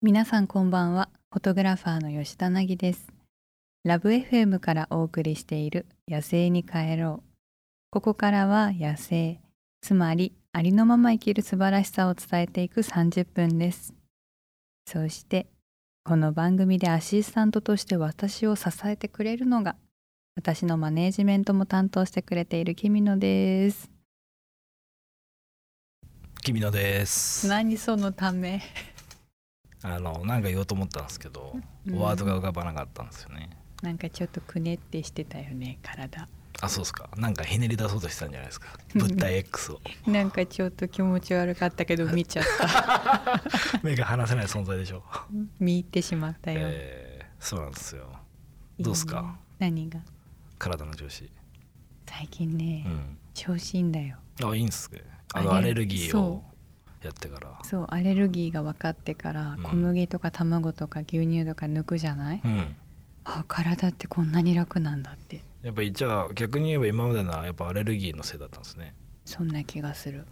皆さんこんばんは。フォトグラファーの吉田凪です。ラブ FM からお送りしている野生に帰ろう。ここからは野生、つまりありのまま生きる素晴らしさを伝えていく30分です。そしてこの番組でアシスタントとして私を支えてくれるのが、私のマネージメントも担当してくれている君野です。 君野です。 何そのためなんか言おうと思ったんですけど、ワードが浮かばなかったんですよね。 なんかちょっとくねってしてたよね、体。 あ、そうですか。なんかひねり出そうとしてたんじゃないですか。物体 X をなんかちょっと気持ち悪かったけど見ちゃった目が離せない存在でしょ。 見入ってしまったよ、 そうなんですよ。どうですか？ いいね。何が？ 体の調子。 最近ね、調子いいんだよ。 あ、いいんすね。アレルギーをやってから。 そう、アレルギーが分かってから、小麦とか卵とか牛乳とか抜くじゃない、あ、体ってこんなに楽なんだって。 やっぱりじゃあ逆に言えば今までのやっぱアレルギーのせいだったんですね。 そんな気がする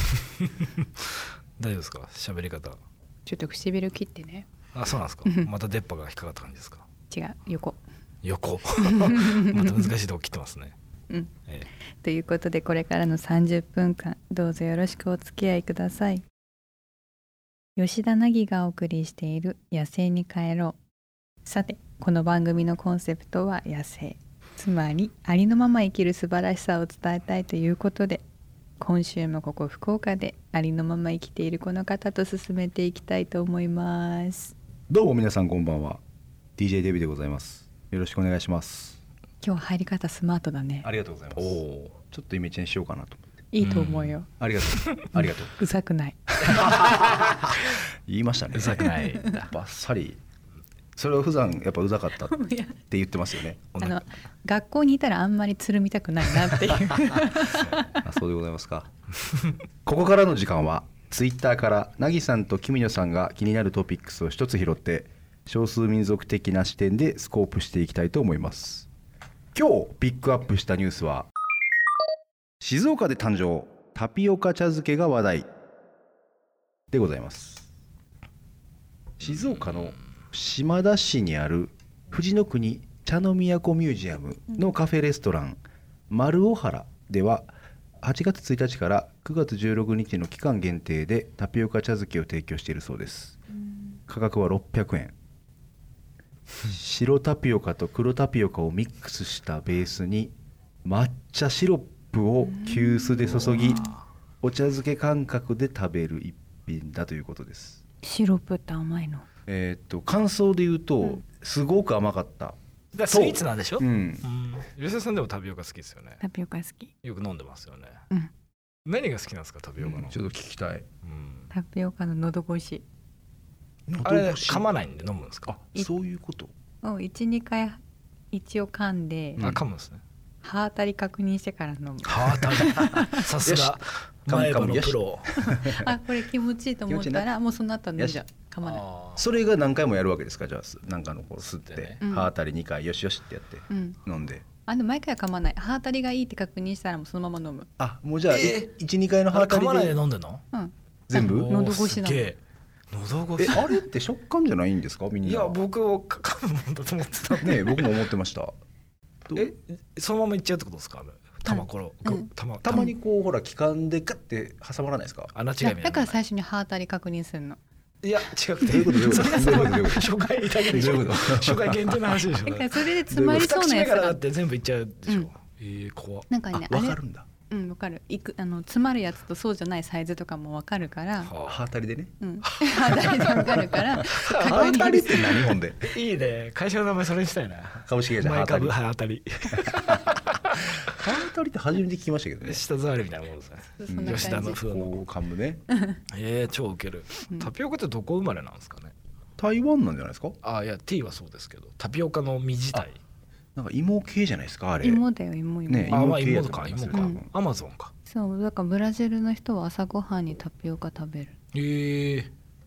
大丈夫ですか？喋り方ちょっと唇切ってね。 あ、そうなんですか。また出っ歯が引っかかった感じですか？ 違う、横また難しいとこ切ってますね。 ということで、これからの30分間どうぞよろしくお付き合いください。吉田凪がお送りしている野生に帰ろう。さて、この番組のコンセプトは野生、つまりありのまま生きる素晴らしさを伝えたいということで、今週もここ福岡でありのまま生きているこの方と進めていきたいと思います。 どうも皆さんこんばんは。 DJ デビでございます。よろしくお願いします。 今日入り方スマートだね。 ありがとうございます。ちょっとイメチェンしようかなと思って。 いいと思うよ。 ありがとうありがとううざくない言いましたね。 うざくないバッサリ。それは普段やっぱうざかったって言ってますよね。 学校にいたらあんまりつるみたくないなっていうあ、そうでございますか。ここからの時間はツイッターからなぎさんときみのさんが気になるトピックスを一つ拾って少数民族的な視点でスコープしていきたいと思います。今日ピックアップしたニュースは、静岡で誕生タピオカ茶漬けが話題でございます。静岡の島田市にある富士の国茶の都ミュージアムのカフェレストラン、丸尾原では8月1日から9月16日の期間限定でタピオカ茶漬けを提供しているそうです。価格は600円。白タピオカと黒タピオカをミックスしたベースに抹茶シロップを急須で注ぎ、お茶漬け感覚で食べる一品だということです。 シロップって甘いの？ 感想で言うと、すごく甘かった。 だスイーツなんでしょ。吉田さんでもタピオカ好きですよね。 タピオカ好き。 よく飲んでますよね。何が好きなんですか、タピオカの。 ちょっと聞きたい。 タピオカの喉越し。 あれ噛まないんで飲むんですか？ あ、そういうこと。 1、2回一応噛んで、 噛むんですね。 歯当たり確認してから飲む。 歯当たりさすが前歯のプロあ、これ気持ちいいと思ったらもうその後は飲んじゃう。噛まない。 それが何回もやるわけですか？じゃあなんかのこう吸って歯当たり2回よしよしってやって飲んで。 でも毎回は噛まない。歯当たりがいいって確認したらもうそのまま飲む。 あ、もうじゃあ 1,2 回の歯当たりで噛まないで飲んでんの？ 全部喉越しなの。 喉越し。 あれって食感じゃないんですか？みんな。いや、僕を噛むもんだと思ってたね。僕も思ってました。 そのままいっちゃうってことですか？たまにこうほら気管でガッて挟まらないですか？ だから最初に歯当たり確認するの。 いや違くて、初回だけでしょ。初回限定の話でしょ。 だからそれで詰まりそうなやつがだって全部いっちゃうでしょ。怖。 なんかね、 分かるんだ。 分かる。詰まるやつとそうじゃないサイズとかも分かるから。 歯当たりでね。 歯当たりで分かるから。 歯当たりって何本で？ いいね。会社の名前それにしたいな。 株式会社歯当たり。 歯当たりって初めて聞きましたけどね。 舌触りみたいなものですね。吉田の風の噛むね。 超ウケる。タピオカってどこ生まれなんですかね？ 台湾なんじゃないですか？ いや、ティーはそうですけど、タピオカの実自体なんか芋系じゃないですか？あれ芋だよ、芋ね。 芋か。アマゾンか。 そうだからブラジルの人は朝ごはんにタピオカ食べる。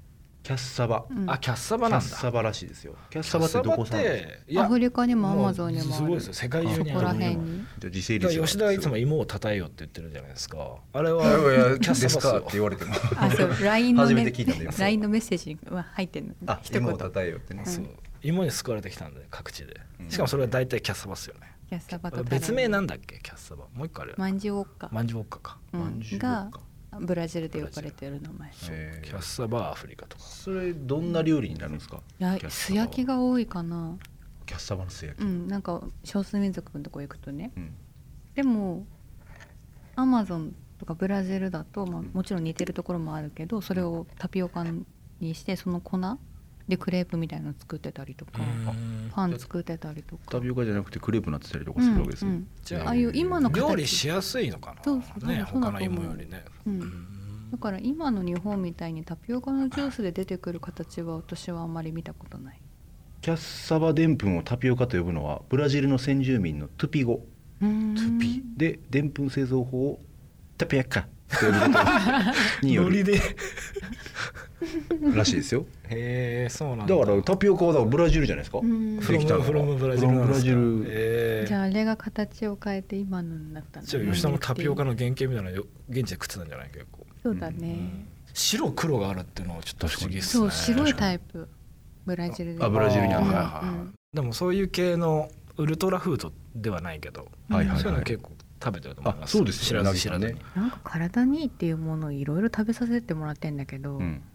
キャッサバ、 あキャッサバなんだ。 キャッサバらしいですよ。キャッサバってどこ産？ いやアフリカにもアマゾンにもある。 すごいですよ、世界中にある。 そこら辺に。 じゃあ自生率が吉田はいつも芋をたたえよって言ってるじゃないですか。あれはキャッですサバかって言われてもあ、そう、LINE の初ねめて聞いたんだよ。 LINE のメッセージは入ってるの。 あ、 一言。 芋をたたえよってね。 そう芋に救われてきたんで各地で、 うんしかもそれは大体キャッサバっすよね。 キャッサバと別名なんだっけキャッサバ、もう一個あるよね。 マンジウォッカ、 マンジウォッカか。 うんマンジュがかブラジルで呼ばれてる名前。 そうへーキャッサバはアフリカとか。 それどんな料理になるんですか？ いやキャッサバは素焼きが多いかな。 キャッサバの素焼き、 うんなんか少数民族のとこ行くとね。 うんでもアマゾンとかブラジルだと、まあ、もちろん似てるところもあるけど、それをタピオカにしてその粉でクレープみたいなの作ってたりとか、パン作ってたりとか。 タピオカじゃなくてクレープになってたりとかするわけですね、 うんうんじゃあああいう今の形料理しやすいのかな。 そうそうね、 そうだと思う他の芋よりね。 うんだから今の日本みたいにタピオカのジュースで出てくる形は私はあんまり見たことない。 キャッサバでんぷんをタピオカと呼ぶのはブラジルの先住民のトゥピ語トゥピで、でんぷん製造法をタピオカと呼ぶことによるノリでらしいですよ。 へえ、そうなんだ。 だからタピオカはだからブラジルじゃないですか。 フロムブラジルなんですか。 フロムブラジルじゃああれが形を変えて今のになったんだ、 じゃあ吉田もタピオカの原型みたいなの現地で食ってたんじゃない結構。 そうだね、 白黒があるっていうのはちょっと不思議っすね。 そう白いタイプブラジルで。 あブラジルにある、 うんはいはいはいでもそういう系のウルトラフードではないけど、 はいはいそういうはい。 の結構食べてると思います。 あ、そうですよね。 知らずに。 なんか体にいいっていうものをいろいろ食べさせてもらってんだけど、 うん。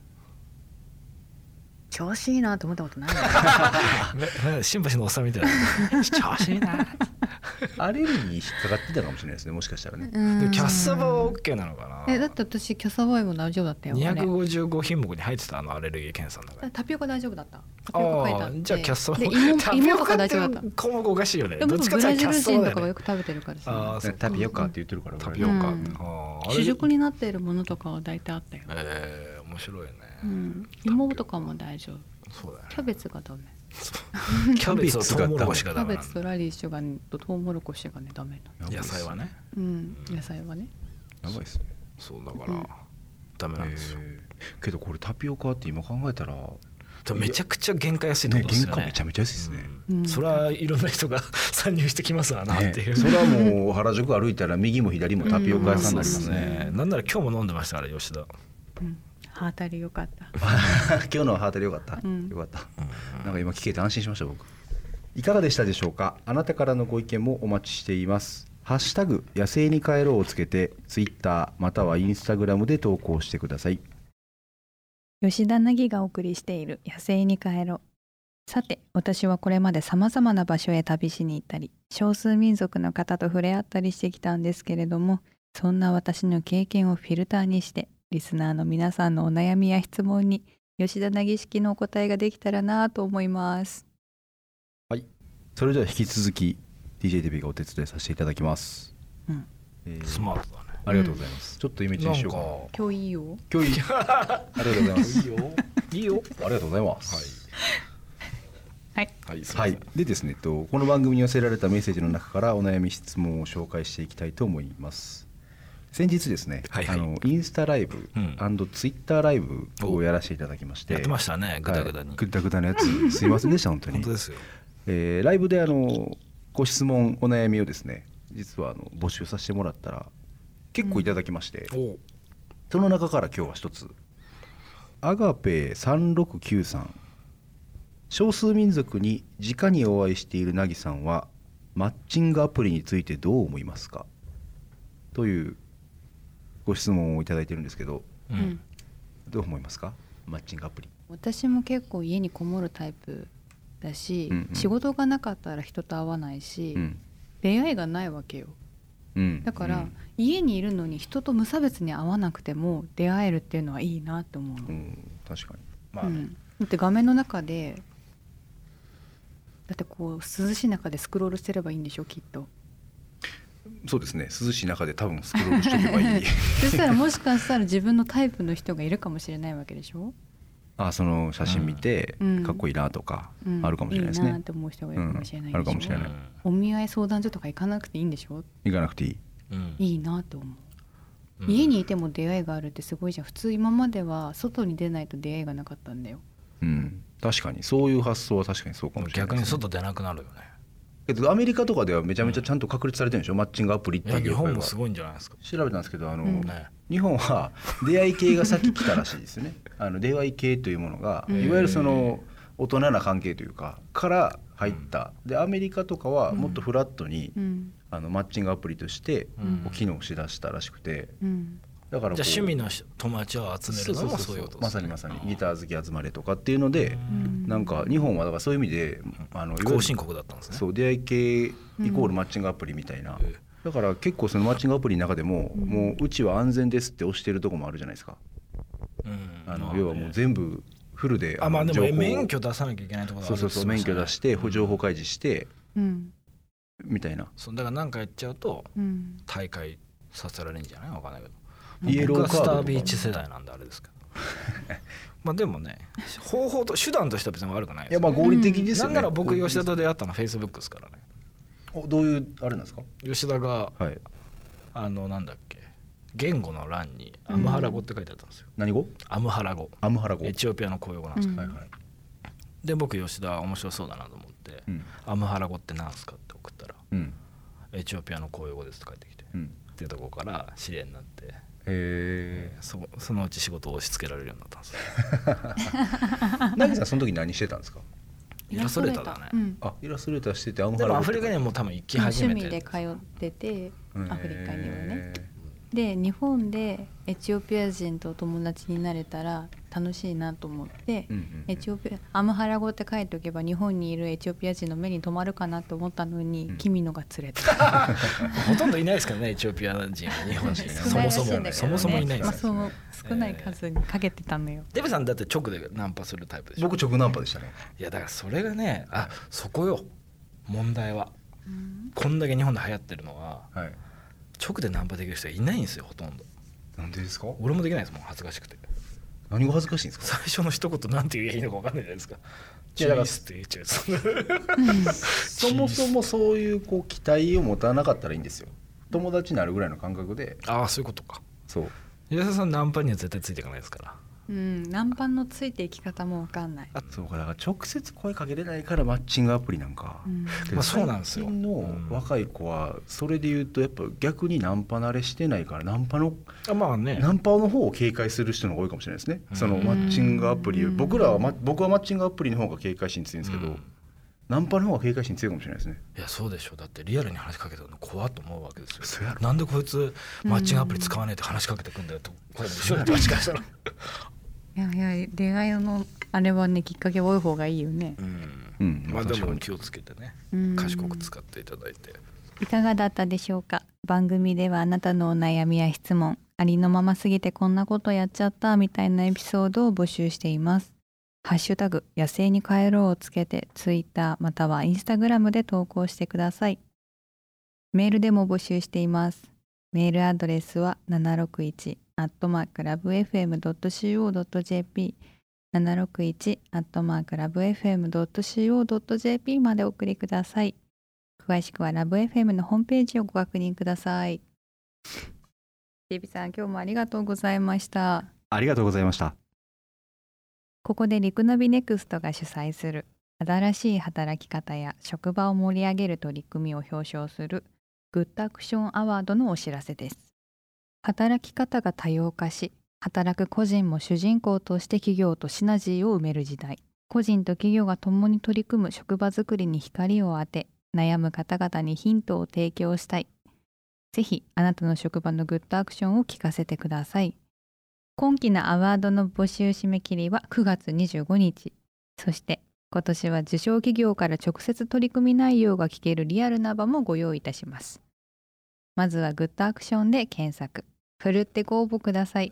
調子いいなと思ったことない新橋のおっさんみたいな。調子いいな。 アレルギー引っかかってたかもしれないですね。もしかしたらね。 うんでもキャッサバは OK なのかな。 だって私キャッサバイも大丈夫だったよ。あれ 255品目に入ってたアレルギー検査の中に。 タピオカ大丈夫だった。タピオカ書いてあってじゃあキャッサバでタピ芋とかオカって大丈夫だった。 項目おかしいよね。 でもどっちかブラっていうとキャッジル人とかはサバだよね。 よく食べてるからさ。 そうタピオカって言ってるから。 タピオカ。 うんあー主食になっているものとかは大体あったよ。 面白いね。 芋とかも大丈夫。 そうだよね。 キャベツがダメ。 キャベツとトウモロコシがキャベダメなんだ。 ツとラディッシュがねとトウモロコシがねダメなの。 野菜はね。 野菜はね。 やばいですね。 そうだからダメなんですよ。 けどこれタピオカって今考えたらでもめちゃくちゃ原価安いってことですよね。 原価めちゃめちゃ安いですね。 それはいろんな人が参入してきますわなっていう。 それはもう原宿歩いたら右も左もタピオカ屋さんになりますね。 なんなら今日も飲んでましたから吉田。 歯当たりよかった。 今日の歯当たりよかった。よかった。なんか今聞けて安心しました僕。いかがでしたでしょうか。あなたからのご意見もお待ちしています。ハッシュタグ野生に帰ろうをつけてツイッターまたはインスタグラムで投稿してください。 吉田凪がお送りしている野生に帰ろう。さて私はこれまでさまざまな場所へ旅しに行ったり少数民族の方と触れ合ったりしてきたんですけれども、そんな私の経験をフィルターにしてリスナーの皆さんのお悩みや質問に吉田凪式のお答えができたらなと思います。 はい。それでは引き続き DJ デビがお手伝いさせていただきます。 スマートだね。 ありがとうございます。ちょっとイメージにしようかな。 今日いいよ。 今日いい。ありがとうございます。 いいよ。いいよ。 ありがとうございます。 はい。 はい。でですね、この番組に寄せられたメッセージの中からお悩み質問を紹介していきたいと思います。先日ですね、インスタライブ&ツイッターライブをやらせていただきまして、 やってましたね。グダグダに。 グダグダのやつすいませんでした本当に。 本当ですよ。 ライブでご質問お悩みをですね、実は募集させてもらったら結構いただきまして、その中から今日は一つ、アガペ369さん、少数民族に直にお会いしている凪さんはマッチングアプリについてどう思いますかというご質問をいただいてるんですけど、どう思いますかマッチングアプリ。 私も結構家にこもるタイプだし、仕事がなかったら人と会わないし、出会いがないわけよ。だから、家にいるのに人と無差別に会わなくても出会えるっていうのはいいなと思う。 確かに。 まあね。 だって画面の中でだってこう涼しい中でスクロールしてればいいんでしょきっと。 そうですね、涼しい中で多分スクロールしておけばいいそしたらもしかしたら自分のタイプの人がいるかもしれないわけでしょ。 その写真見てかっこいいなとかあるかもしれないですね。 いいなって思う人がいるかもしれないでしょ。 あるかもしれない。 お見合い相談所とか行かなくていいんでしょ。 行かなくていい。 いいなと思う。 家にいても出会いがあるってすごいじゃん。普通今までは外に出ないと出会いがなかったんだよ。 確かにそういう発想は確かにそうかもしれない、 逆に外出なくなるよね。 けどアメリカとかではめちゃめちゃちゃんと確立されてるんでしょ、マッチングアプリっていう日業界が。 本もすごいんじゃないですか。 調べたんですけどね、 日本は出会い系が先来たらしいですよね出会い系というものがいわゆるその大人な関係というかから入った、でアメリカとかはもっとフラットに、マッチングアプリとして機能しだしたらしくて、だからじゃあ趣味の友達を集めるのもそういうことですね。 まさにギター好き集まれとかっていうので、なんか日本はだからそういう意味で後進国だったんですね。 そう出会い系イコールマッチングアプリみたいな、だから結構そのマッチングアプリの中でも、もううちは安全ですって押してるとこもあるじゃないですか。要はもう全部フルででも免許出さなきゃいけないところがあるんですよね。 免許出して情報開示して、みたいな。 そうだから何かやっちゃうと大会させられるんじゃない？わかんないけど。 イエローカードとか僕はスタービーチ世代なんであれですけどまあでもね、方法と手段としては別に悪くないですよ。 いや合理的ですよね。 なんなら僕吉田と出会ったのはフェイスブックですからね。 どういうあれなんですか？ 吉田が、なんだっけ、言語の欄にアムハラ語って書いてあったんですよ。 何語？ アムハラ語。エチオピアの公用語なんですけど、で僕吉田面白そうだなと思って、アムハラ語って何すかって送ったら、エチオピアの公用語ですって返ってきて、っていうところから知り合いになって、そのうち仕事を押し付けられるようになったんですよ。 ナギさんその時何してたんですか？ イラストレーターだね。 イラストレーターしてて、 でもアフリカにはもう多分行き始めて、 趣味で通ってて、アフリカにはね。で日本でエチオピア人と友達になれたら楽しいなと思って、エチオピアアムハラ語って書いておけば日本にいるエチオピア人の目に留まるかなと思ったのに、君のが釣れた。 ほとんどいないですからね、エチオピア人は日本人そもそもいないですよね。 少ない数にかけてたのよ。 デブさんだって直でナンパするタイプでしょ？ 僕直ナンパでしたね。 いやだからそれがね、そこよ問題は。こんだけ日本で流行ってるのは、直でナンパできる人はいないんですよ、ほとんど。 なんでですか？ 俺もできないですもん、恥ずかしくて。 何が恥ずかしいんですか？ 最初の一言なんて言えばいいのか分かんないじゃないですか。 いやだからチーズって言っちゃう。 そもそもそういう期待を持たなかったらいいんですよ。友達になるぐらいの感覚で。 そういうことか。 そう。 吉田さんナンパには絶対ついていかないですから。 ナンパのついていき方も分かんない。 そうか、だから直接声かけれないからマッチングアプリなんか。 そうなんですよ。 最近の若い子はそれで言うとやっぱ逆にナンパ慣れしてないからナンパの方を警戒する人の方が多いかもしれないですね。そのマッチングアプリ、僕はマッチングアプリの方が警戒心強いんですけど、ナンパの方が警戒心強いかもしれないですね。 いやそうでしょ。だってリアルに話しかけたの怖っと思うわけですよ。なんでこいつマッチングアプリ使わねえって話しかけてくんだよと、これも一緒に間違えたら。 いや出会いのあれはね、きっかけ多い方がいいよね。 でも気をつけてね、賢く使っていただいて。 いかがだったでしょうか。番組ではあなたのお悩みや質問、ありのまますぎてこんなことやっちゃったみたいなエピソードを募集しています。ハッシュタグ野生に帰ろうをつけてツイッターまたはインスタグラムで投稿してください。メールでも募集しています。メールアドレスは761@lovefm.co.jp 761@lovefm.co.jp までお送りください。詳しくはラブ FM のホームページをご確認ください。デビさん、今日もありがとうございました。 ありがとうございました。 ここでリクナビネクストが主催する新しい働き方や職場を盛り上げる取り組みを表彰するグッドアクションアワードのお知らせです。働き方が多様化し、働く個人も主人公として企業とシナジーを埋める時代。個人と企業が共に取り組む職場づくりに光を当て、悩む方々にヒントを提供したい。ぜひあなたの職場のグッドアクションを聞かせてください。今期のアワードの募集締め切りは9月25日。そして今年は受賞企業から直接取り組み内容が聞けるリアルな場もご用意いたします。まずはグッドアクションで検索。ふるってご応募ください。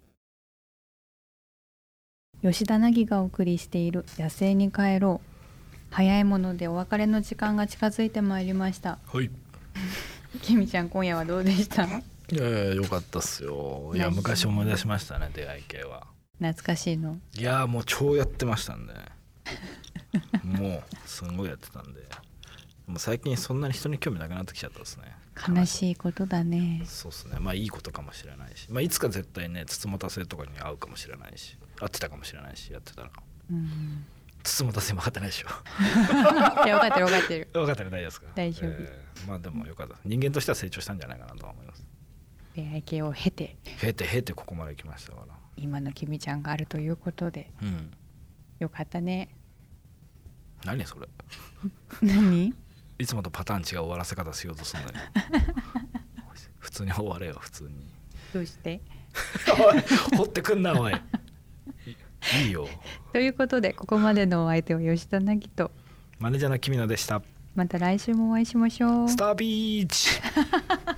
吉田凪がお送りしている野生に帰ろう。早いものでお別れの時間が近づいてまいりました。 はい。 きみちゃん、今夜はどうでした？ いやよかったっすよ。いや昔思い出しましたね、出会い系は。 懐かしいの？ いやもう超やってましたんでもうすんごいやってたんで、 もう最近そんなに人に興味なくなってきちゃったですね。 悲しいことだね。 そうですね。まあいいことかもしれないし、まあいつか絶対ねつつもたせとかに会うかもしれないし、会ってたかもしれないし、やってたら、つつもたせも分かってないでしょ。 いや分かってる分かってる分かってる、大丈夫ですか。 大丈夫、 まあでもよかった、人間としては成長したんじゃないかなとは思います。 出会い系を経てここまで来ましたから、 今のきみちゃんがあるということで、よかったね。 何それ何いつもとパターン違う終わらせ方しようとするんだよ。普通に終われよ、普通に。 どうして掘ってくんなおい。いいよ。 ということでここまでのお相手は吉田凪とマネージャーの君野でした。 また来週もお会いしましょう。 スタービーチ